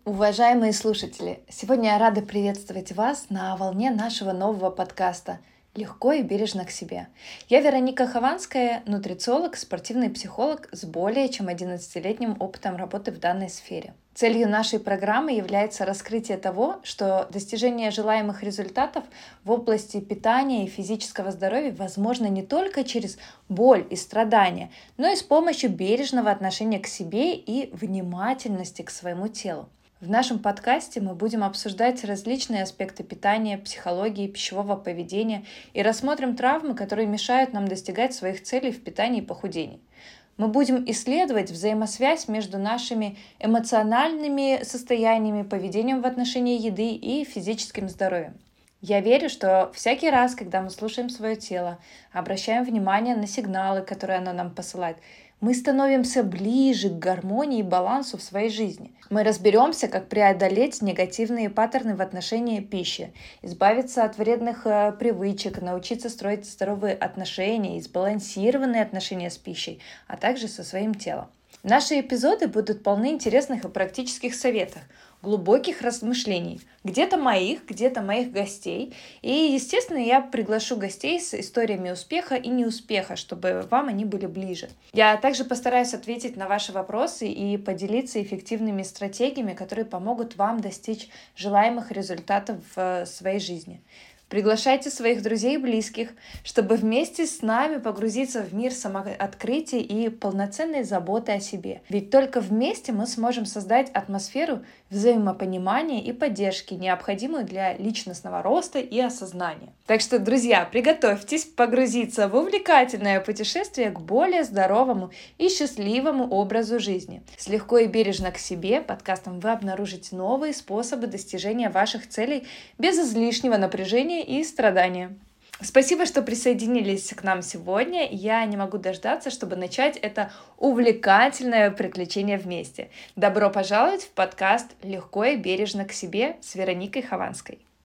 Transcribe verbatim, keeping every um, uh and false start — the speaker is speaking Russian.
Уважаемые слушатели, сегодня я рада приветствовать вас на волне нашего нового подкаста «Легко и бережно к себе». Я Вероника Хованская, нутрициолог, спортивный психолог с более чем одиннадцатилетним опытом работы в данной сфере. Целью нашей программы является раскрытие того, что достижение желаемых результатов в области питания и физического здоровья возможно не только через боль и страдания, но и с помощью бережного отношения к себе и внимательности к своему телу. В нашем подкасте мы будем обсуждать различные аспекты питания, психологии, пищевого поведения и рассмотрим травмы, которые мешают нам достигать своих целей в питании и похудении. Мы будем исследовать взаимосвязь между нашими эмоциональными состояниями, поведением в отношении еды и физическим здоровьем. Я верю, что всякий раз, когда мы слушаем свое тело, обращаем внимание на сигналы, которые оно нам посылает, мы становимся ближе к гармонии и балансу в своей жизни. Мы разберемся, как преодолеть негативные паттерны в отношении пищи, избавиться от вредных э, привычек, научиться строить здоровые отношения и сбалансированные отношения с пищей, а также со своим телом. Наши эпизоды будут полны интересных и практических советов, глубоких размышлений, где-то моих, где-то моих гостей. И, естественно, я приглашу гостей с историями успеха и неуспеха, чтобы вам они были ближе. Я также постараюсь ответить на ваши вопросы и поделиться эффективными стратегиями, которые помогут вам достичь желаемых результатов в своей жизни. Приглашайте своих друзей и близких, чтобы вместе с нами погрузиться в мир самооткрытия и полноценной заботы о себе. Ведь только вместе мы сможем создать атмосферу взаимопонимания и поддержки, необходимую для личностного роста и осознания. Так что, друзья, приготовьтесь погрузиться в увлекательное путешествие к более здоровому и счастливому образу жизни. С «Легко и бережно к себе» подкастом вы обнаружите новые способы достижения ваших целей без излишнего напряжения и страдания. Спасибо, что присоединились к нам сегодня. Я не могу дождаться, чтобы начать это увлекательное приключение вместе. Добро пожаловать в подкаст «Легко и бережно к себе» с Вероникой Хованской.